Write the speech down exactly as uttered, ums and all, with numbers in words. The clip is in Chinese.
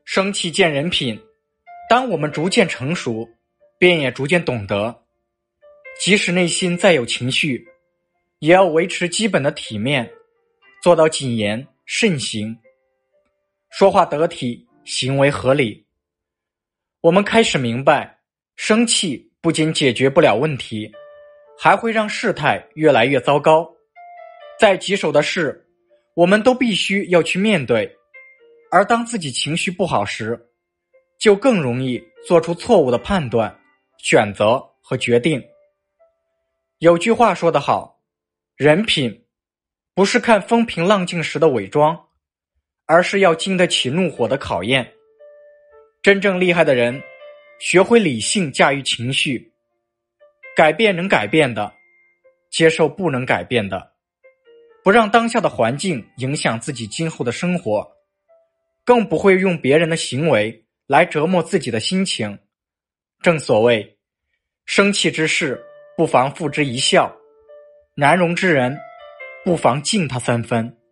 生气见人品，当我们逐渐成熟，便也逐渐懂得，即使内心再有情绪，也要维持基本的体面，做到谨言慎行，说话得体，行为合理。我们开始明白，生气不仅解决不了问题，还会让事态越来越糟糕。再棘手的事，我们都必须要去面对，而当自己情绪不好时，就更容易做出错误的判断、选择和决定。有句话说得好，人品不是看风平浪静时的伪装，而是要经得起怒火的考验。真正厉害的人，学会理性驾驭情绪，改变能改变的，接受不能改变的，不让当下的环境影响自己今后的生活，更不会用别人的行为来折磨自己的心情。正所谓，生气之事不妨付之一笑，难容之人不妨敬他三分。